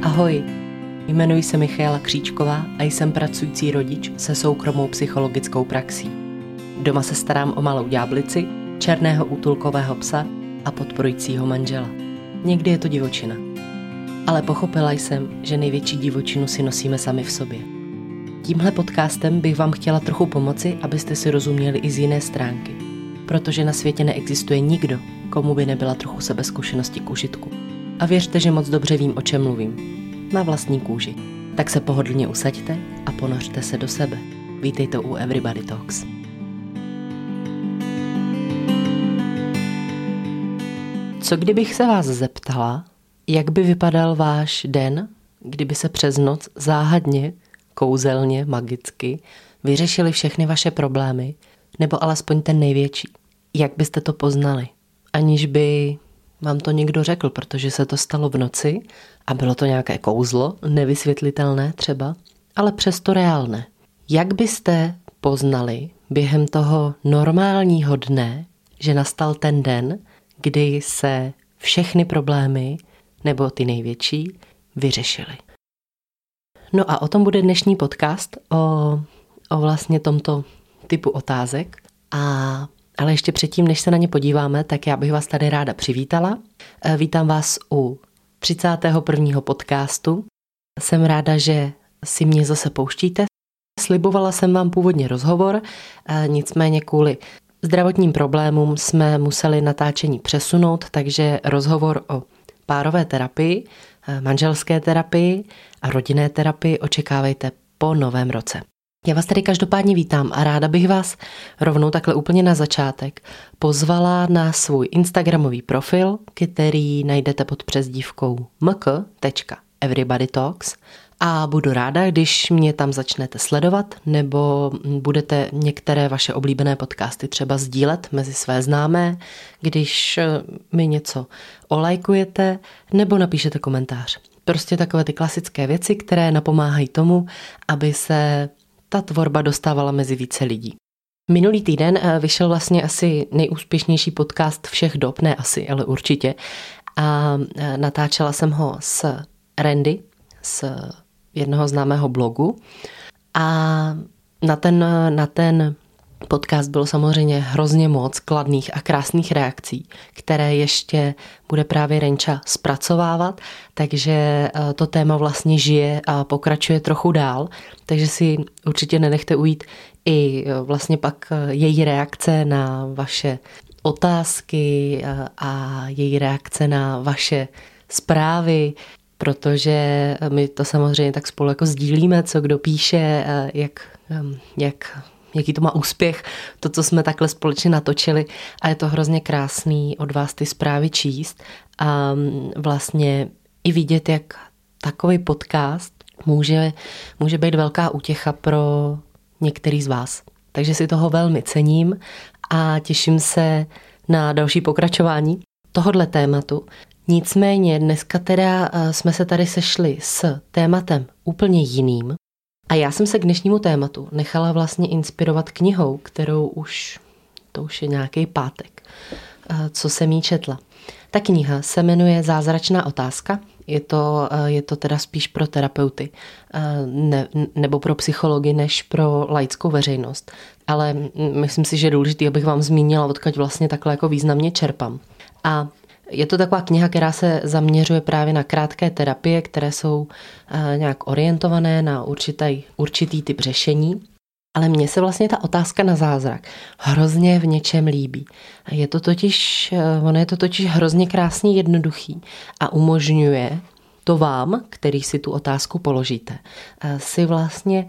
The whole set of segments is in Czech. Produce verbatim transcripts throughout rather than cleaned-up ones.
Ahoj, jmenuji se Michaela Kříčková a jsem pracující rodič se soukromou psychologickou praxí. Doma se starám o malou ďáblici, černého útulkového psa a podporujícího manžela. Někdy je to divočina. Ale pochopila jsem, že největší divočinu si nosíme sami v sobě. Tímhle podcastem bych vám chtěla trochu pomoci, abyste si rozuměli i z jiné stránky. Protože na světě neexistuje nikdo, komu by nebyla trochu sebezkušenosti k užitku. A věřte, že moc dobře vím, o čem mluvím. Na vlastní kůži. Tak se pohodlně usaďte a ponořte se do sebe. Vítejte u Everybody Talks. Co kdybych se vás zeptala, jak by vypadal váš den, kdyby se přes noc záhadně, kouzelně, magicky vyřešily všechny vaše problémy, nebo alespoň ten největší? Jak byste to poznali? Aniž by vám to někdo řekl, protože se to stalo v noci a bylo to nějaké kouzlo, nevysvětlitelné třeba, ale přesto reálné. Jak byste poznali během toho normálního dne, že nastal ten den, kdy se všechny problémy, nebo ty největší, vyřešily? No a o tom bude dnešní podcast, o, o vlastně tomto typu otázek. A, ale ještě předtím, než se na ně podíváme, tak já bych vás tady ráda přivítala. Vítám vás u třicátého prvního podcastu. Jsem ráda, že si mě zase pouštíte. Slibovala jsem vám původně rozhovor, nicméně kvůli zdravotním problémům jsme museli natáčení přesunout, takže rozhovor o párové terapii, manželské terapii a rodinné terapii očekávejte po novém roce. Já vás tady každopádně vítám a ráda bych vás rovnou takhle úplně na začátek pozvala na svůj instagramový profil, který najdete pod přezdívkou m k tečka everybody talks a budu ráda, když mě tam začnete sledovat nebo budete některé vaše oblíbené podcasty třeba sdílet mezi své známé, když mi něco olajkujete nebo napíšete komentář. Prostě takové ty klasické věci, které napomáhají tomu, aby se ta tvorba dostávala mezi více lidí. Minulý týden vyšel vlastně asi nejúspěšnější podcast všech dob, ne asi, ale určitě. A natáčela jsem ho s Randy, z jednoho známého blogu. A na ten, na ten podcast bylo samozřejmě hrozně moc kladných a krásných reakcí, které ještě bude právě Renča zpracovávat, takže to téma vlastně žije a pokračuje trochu dál, takže si určitě nenechte ujít i vlastně pak její reakce na vaše otázky a její reakce na vaše zprávy, protože my to samozřejmě tak spolu jako sdílíme, co kdo píše, jak, jak jaký to má úspěch, to, co jsme takhle společně natočili a je to hrozně krásný od vás ty zprávy číst a vlastně i vidět, jak takový podcast může, může být velká útěcha pro některý z vás. Takže si toho velmi cením a těším se na další pokračování tohodle tématu. Nicméně dneska teda jsme se tady sešli s tématem úplně jiným. A já jsem se k dnešnímu tématu nechala vlastně inspirovat knihou, kterou už, to už je nějaký pátek, co jsem jí četla. Ta kniha se jmenuje Zázračná otázka, je to, je to teda spíš pro terapeuty ne, nebo pro psychology, než pro laickou veřejnost. Ale myslím si, že je důležité, abych vám zmínila, odkud vlastně takhle jako významně čerpám. A je to taková kniha, která se zaměřuje právě na krátké terapie, které jsou nějak orientované na určitý, určitý typ řešení. Ale mně se vlastně ta otázka na zázrak hrozně v něčem líbí. Je to totiž, ono je to totiž hrozně krásně jednoduchý a umožňuje to vám, který si tu otázku položíte, si vlastně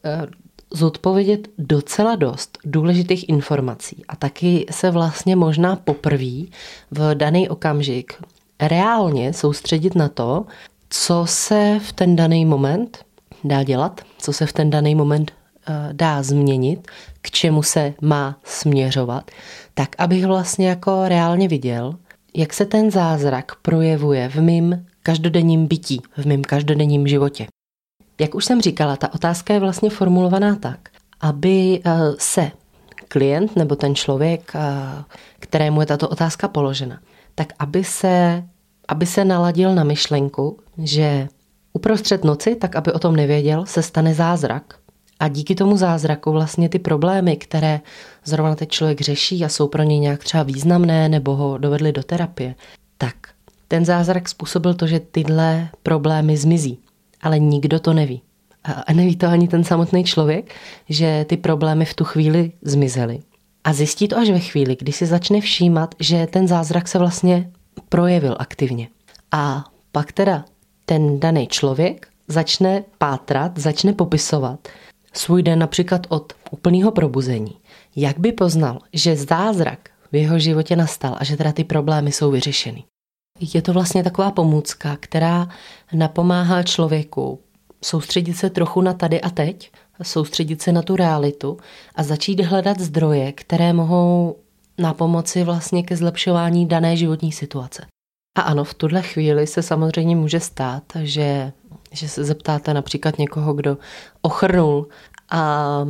zodpovědět docela dost důležitých informací a taky se vlastně možná poprvé v daný okamžik reálně soustředit na to, co se v ten daný moment dá dělat, co se v ten daný moment dá změnit, k čemu se má směřovat, tak abych vlastně jako reálně viděl, jak se ten zázrak projevuje v mým každodenním bytí, v mým každodenním životě. Jak už jsem říkala, ta otázka je vlastně formulovaná tak, aby se klient nebo ten člověk, kterému je tato otázka položena, tak aby se, aby se naladil na myšlenku, že Uprostřed noci, tak aby o tom nevěděl, se stane zázrak. A díky tomu zázraku vlastně ty problémy, které zrovna teď člověk řeší a jsou pro něj nějak třeba významné nebo ho dovedly do terapie, tak ten zázrak způsobil to, že tyhle problémy zmizí. Ale nikdo to neví. A neví to ani ten samotný člověk, že ty problémy v tu chvíli zmizely. A zjistí to až ve chvíli, kdy si začne všímat, že ten zázrak se vlastně projevil aktivně. A pak teda ten daný člověk začne pátrat, začne popisovat svůj den například od úplného probuzení. Jak by poznal, že zázrak v jeho životě nastal a že teda ty problémy jsou vyřešeny. Je to vlastně taková pomůcka, která napomáhá člověku soustředit se trochu na tady a teď, soustředit se na tu realitu a začít hledat zdroje, které mohou napomoci vlastně ke zlepšování dané životní situace. A ano, v tuhle chvíli se samozřejmě může stát, že, že se zeptáte například někoho, kdo ochrnul a, a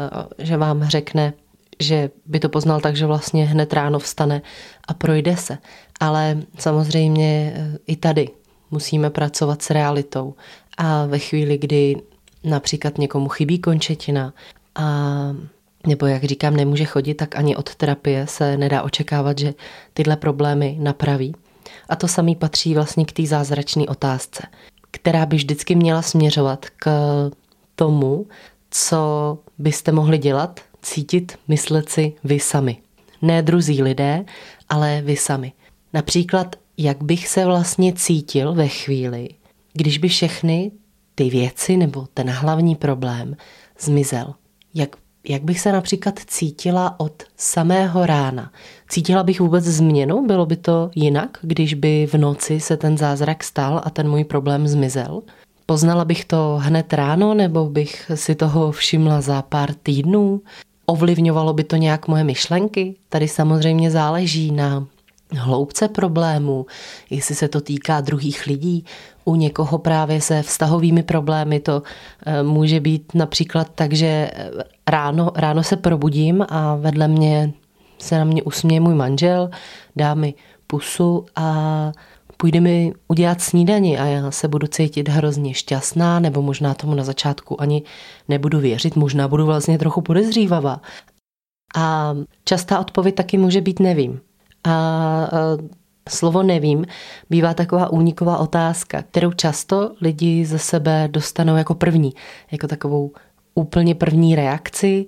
že vám řekne, že by to poznal tak, že vlastně hned ráno vstane a projde se. Ale samozřejmě i tady musíme pracovat s realitou. A ve chvíli, kdy například někomu chybí končetina a nebo jak říkám, nemůže chodit, tak ani od terapie se nedá očekávat, že tyhle problémy napraví. A to samý patří vlastně k té zázračné otázce, která by vždycky měla směřovat k tomu, co byste mohli dělat, cítit, myslet si vy sami. Ne druzí lidé, ale vy sami. Například, jak bych se vlastně cítil ve chvíli, když by všechny ty věci nebo ten hlavní problém zmizel. Jak, jak bych se například cítila od samého rána? Cítila bych vůbec změnu? Bylo by to jinak, když by v noci se ten zázrak stal a ten můj problém zmizel? Poznala bych to hned ráno, nebo bych si toho všimla za pár týdnů? Ovlivňovalo by to nějak moje myšlenky? Tady samozřejmě záleží na hloubce problému, jestli se to týká druhých lidí. U někoho právě se vztahovými problémy to může být například tak, že ráno, ráno se probudím a vedle mě se na mě usměje můj manžel, dá mi pusu a půjde mi udělat snídani a já se budu cítit hrozně šťastná, nebo možná tomu na začátku ani nebudu věřit, možná budu vlastně trochu podezřívavá. A častá odpověď taky může být nevím. A, a slovo nevím bývá taková úniková otázka, kterou často lidi ze sebe dostanou jako první, jako takovou úplně první reakci,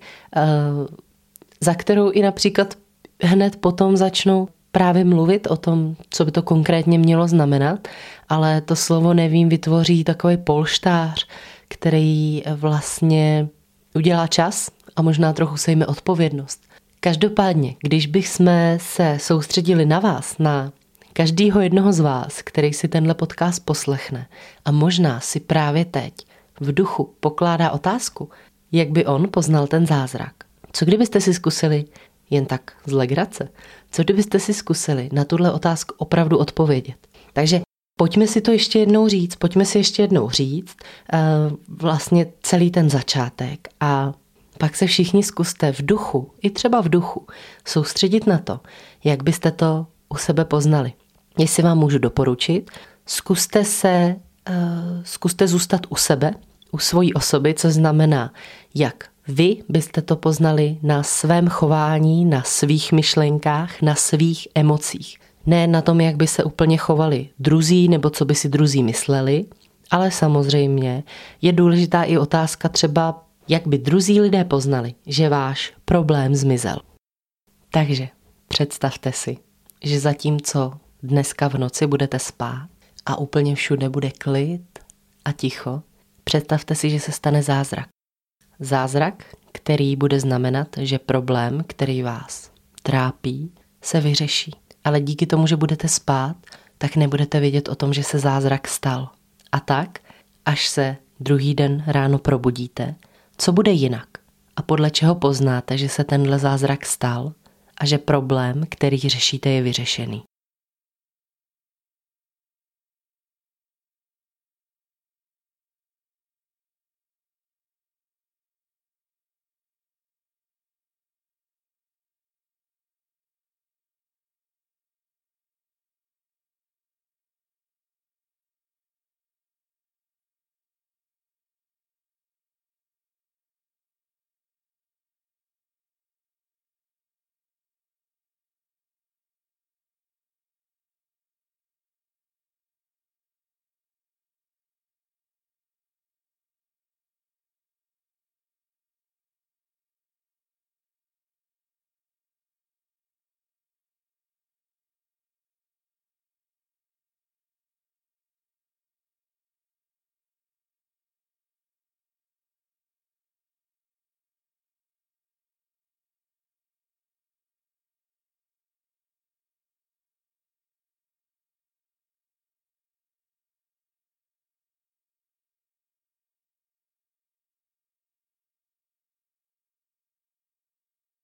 za kterou i například hned potom začnou právě mluvit o tom, co by to konkrétně mělo znamenat, ale to slovo nevím vytvoří takový polštář, který vlastně udělá čas a možná trochu sejme odpovědnost. Každopádně, když bychom se soustředili na vás, na každýho jednoho z vás, který si tenhle podcast poslechne a možná si právě teď v duchu pokládá otázku, jak by on poznal ten zázrak. Co kdybyste si zkusili jen tak z legrace? Co kdybyste si zkusili na tuhle otázku opravdu odpovědět? Takže pojďme si to ještě jednou říct, pojďme si ještě jednou říct uh, vlastně celý ten začátek a pak se všichni zkuste v duchu, i třeba v duchu, soustředit na to, jak byste to u sebe poznali. Jestli vám můžu doporučit, zkuste se, uh, zkuste zůstat u sebe, u svojí osoby, co znamená, jak vy byste to poznali na svém chování, na svých myšlenkách, na svých emocích. Ne na tom, jak by se úplně chovali druzí, nebo co by si druzí mysleli, ale samozřejmě je důležitá i otázka třeba, jak by druzí lidé poznali, že váš problém zmizel. Takže představte si, že zatímco dneska v noci budete spát a úplně všude bude klid a ticho, představte si, že se stane zázrak. Zázrak, který bude znamenat, že problém, který vás trápí, se vyřeší. Ale díky tomu, že budete spát, tak nebudete vědět o tom, že se zázrak stal. A tak, až se druhý den ráno probudíte, co bude jinak? A podle čeho poznáte, že se tenhle zázrak stal a že problém, který řešíte, je vyřešený?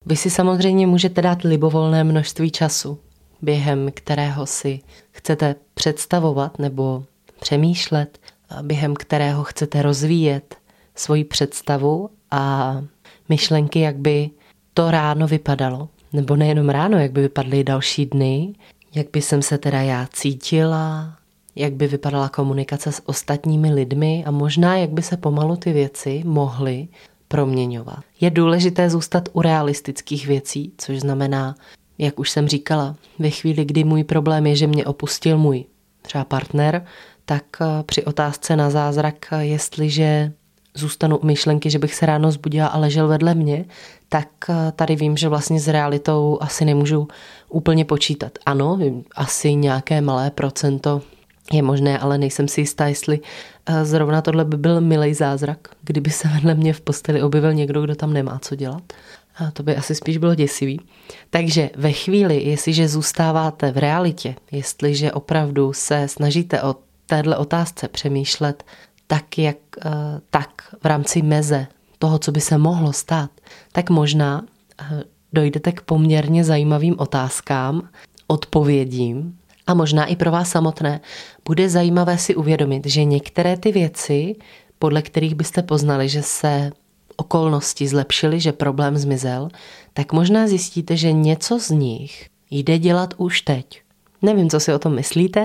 Vy si samozřejmě můžete dát libovolné množství času, během kterého si chcete představovat nebo přemýšlet, během kterého chcete rozvíjet svoji představu a myšlenky, jak by to ráno vypadalo. Nebo nejenom ráno, jak by vypadly další dny, jak by jsem se teda já cítila, jak by vypadala komunikace s ostatními lidmi a možná, jak by se pomalu ty věci mohly proměňovat. Je důležité zůstat u realistických věcí, což znamená, jak už jsem říkala, ve chvíli, kdy můj problém je, že mě opustil můj třeba partner, tak při otázce na zázrak, jestliže zůstanu u myšlenky, že bych se ráno zbudila a ležel vedle mě, tak tady vím, že vlastně s realitou asi nemůžu úplně počítat. Ano, asi nějaké malé procento je možné, ale nejsem si jistá, jestli zrovna tohle by byl milej zázrak, kdyby se vedle mě v posteli objevil někdo, kdo tam nemá co dělat. A to by asi spíš bylo děsivý. Takže ve chvíli, jestliže zůstáváte v realitě, jestliže opravdu se snažíte o téhle otázce přemýšlet tak, jak, tak v rámci meze toho, co by se mohlo stát, tak možná dojdete k poměrně zajímavým otázkám, odpovědím a možná i pro vás samotné bude zajímavé si uvědomit, že některé ty věci, podle kterých byste poznali, že se okolnosti zlepšily, že problém zmizel, tak možná zjistíte, že něco z nich jde dělat už teď. Nevím, co si o tom myslíte,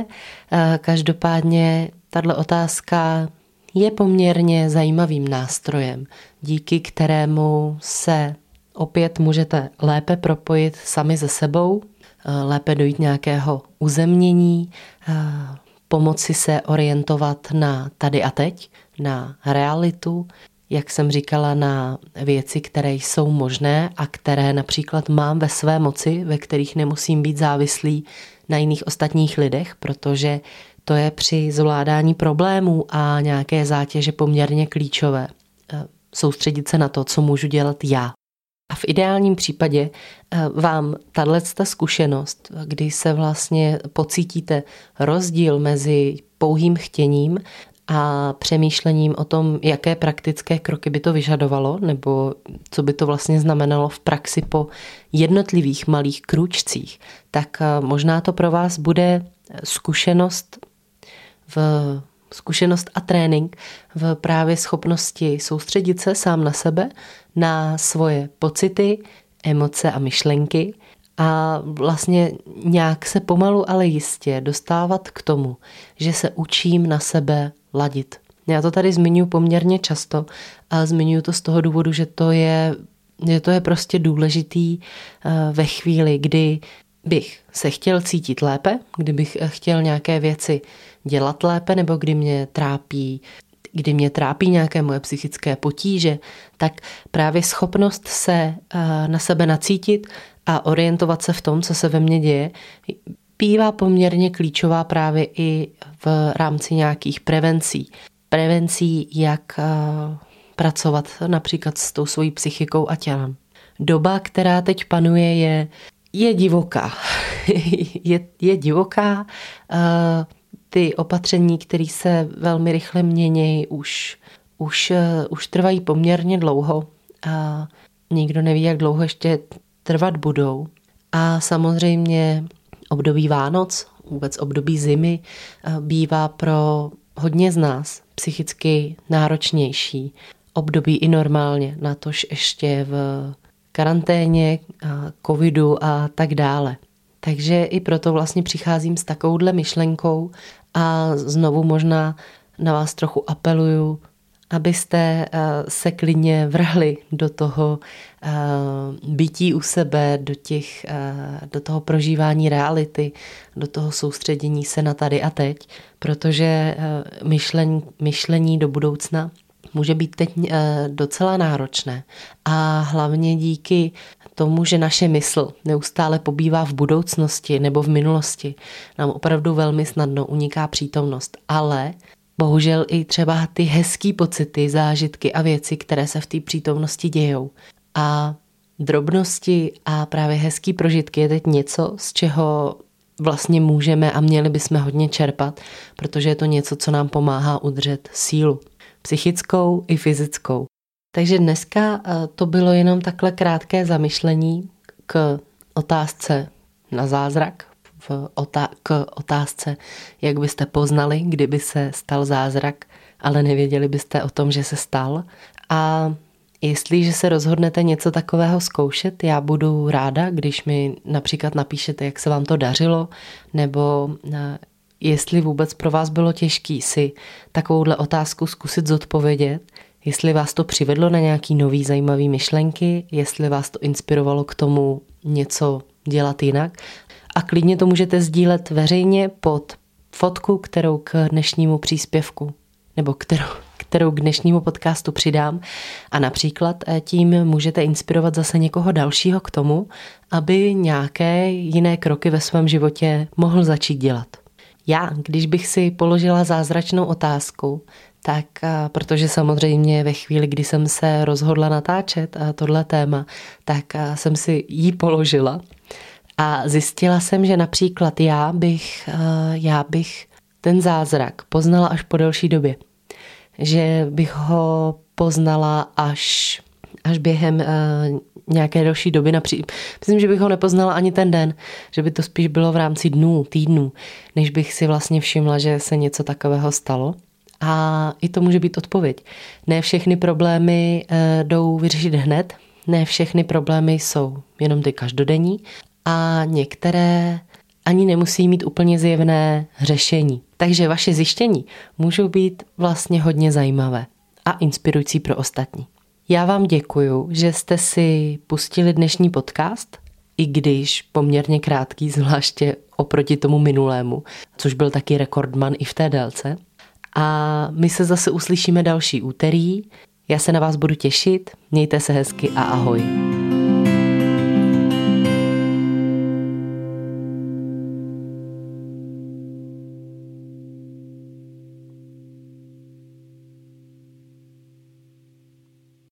každopádně tato otázka je poměrně zajímavým nástrojem, díky kterému se opět můžete lépe propojit sami se sebou, lépe dojít nějakého uzemnění, pomoci se orientovat na tady a teď, na realitu, jak jsem říkala, na věci, které jsou možné a které například mám ve své moci, ve kterých nemusím být závislý na jiných ostatních lidech, protože to je při zvládání problémů a nějaké zátěže poměrně klíčové. Soustředit se na to, co můžu dělat já. A v ideálním případě vám tato zkušenost, kdy se vlastně pocítíte rozdíl mezi pouhým chtěním a přemýšlením o tom, jaké praktické kroky by to vyžadovalo, nebo co by to vlastně znamenalo v praxi po jednotlivých malých krůčcích, tak možná to pro vás bude zkušenost v zkušenost a trénink v právě schopnosti soustředit se sám na sebe, na svoje pocity, emoce a myšlenky a vlastně nějak se pomalu, ale jistě dostávat k tomu, že se učím na sebe ladit. Já to tady zmiňuji poměrně často a zmiňuji to z toho důvodu, že to je, že to je prostě důležitý ve chvíli, kdy bych se chtěl cítit lépe, kdybych chtěl nějaké věci dělat lépe, nebo kdy mě trápí, kdy mě trápí nějaké moje psychické potíže, tak právě schopnost se na sebe nacítit a orientovat se v tom, co se ve mně děje, bývá poměrně klíčová právě i v rámci nějakých prevencí. Prevencí, jak pracovat například s tou svojí psychikou a tělem. Doba, která teď panuje, je Je divoká. je, je divoká. Ty opatření, které se velmi rychle mění, už, už, už trvají poměrně dlouho. A nikdo neví, jak dlouho ještě trvat budou. A samozřejmě období Vánoc, vůbec období zimy, bývá pro hodně z nás psychicky náročnější. Období i normálně, natož ještě v karanténě, covidu a tak dále. Takže i proto vlastně přicházím s takovouhle myšlenkou a znovu možná na vás trochu apeluju, abyste se klidně vrhli do toho bytí u sebe, do, těch, do toho prožívání reality, do toho soustředění se na tady a teď, protože myšlení, myšlení do budoucna může být teď docela náročné. A hlavně díky tomu, že naše mysl neustále pobývá v budoucnosti nebo v minulosti, nám opravdu velmi snadno uniká přítomnost. Ale bohužel i třeba ty hezký pocity, zážitky a věci, které se v té přítomnosti dějou. A drobnosti a právě hezký prožitky je teď něco, z čeho vlastně můžeme a měli bychom hodně čerpat, protože je to něco, co nám pomáhá udržet sílu. Psychickou i fyzickou. Takže dneska to bylo jenom takhle krátké zamyšlení k otázce na zázrak, v otá- k otázce, jak byste poznali, kdyby se stal zázrak, ale nevěděli byste o tom, že se stal. A jestliže se rozhodnete něco takového zkoušet, já budu ráda, když mi například napíšete, jak se vám to dařilo, nebo jestli vůbec pro vás bylo těžké si takovouhle otázku zkusit zodpovědět, jestli vás to přivedlo na nějaký nový zajímavý myšlenky, jestli vás to inspirovalo k tomu něco dělat jinak. A klidně to můžete sdílet veřejně pod fotku, kterou k dnešnímu příspěvku, nebo kterou, kterou k dnešnímu podcastu přidám. A například tím můžete inspirovat zase někoho dalšího k tomu, aby nějaké jiné kroky ve svém životě mohl začít dělat. Já, když bych si položila zázračnou otázku, tak protože samozřejmě ve chvíli, kdy jsem se rozhodla natáčet tohle téma, tak jsem si ji položila a zjistila jsem, že například já bych, já bych ten zázrak poznala až po delší době. Že bych ho poznala až, až během nějaké delší doby. Napří... Myslím, že bych ho nepoznala ani ten den, že by to spíš bylo v rámci dnů, týdnů, než bych si vlastně všimla, že se něco takového stalo. A i to může být odpověď. Ne všechny problémy e, jdou vyřešit hned, ne všechny problémy jsou jenom ty každodenní a některé ani nemusí mít úplně zjevné řešení. Takže vaše zjištění můžou být vlastně hodně zajímavé a inspirující pro ostatní. Já vám děkuju, že jste si pustili dnešní podcast, i když poměrně krátký, zvláště oproti tomu minulému, což byl taky rekordman i v té délce. A my se zase uslyšíme další úterý. Já se na vás budu těšit. Mějte se hezky a ahoj.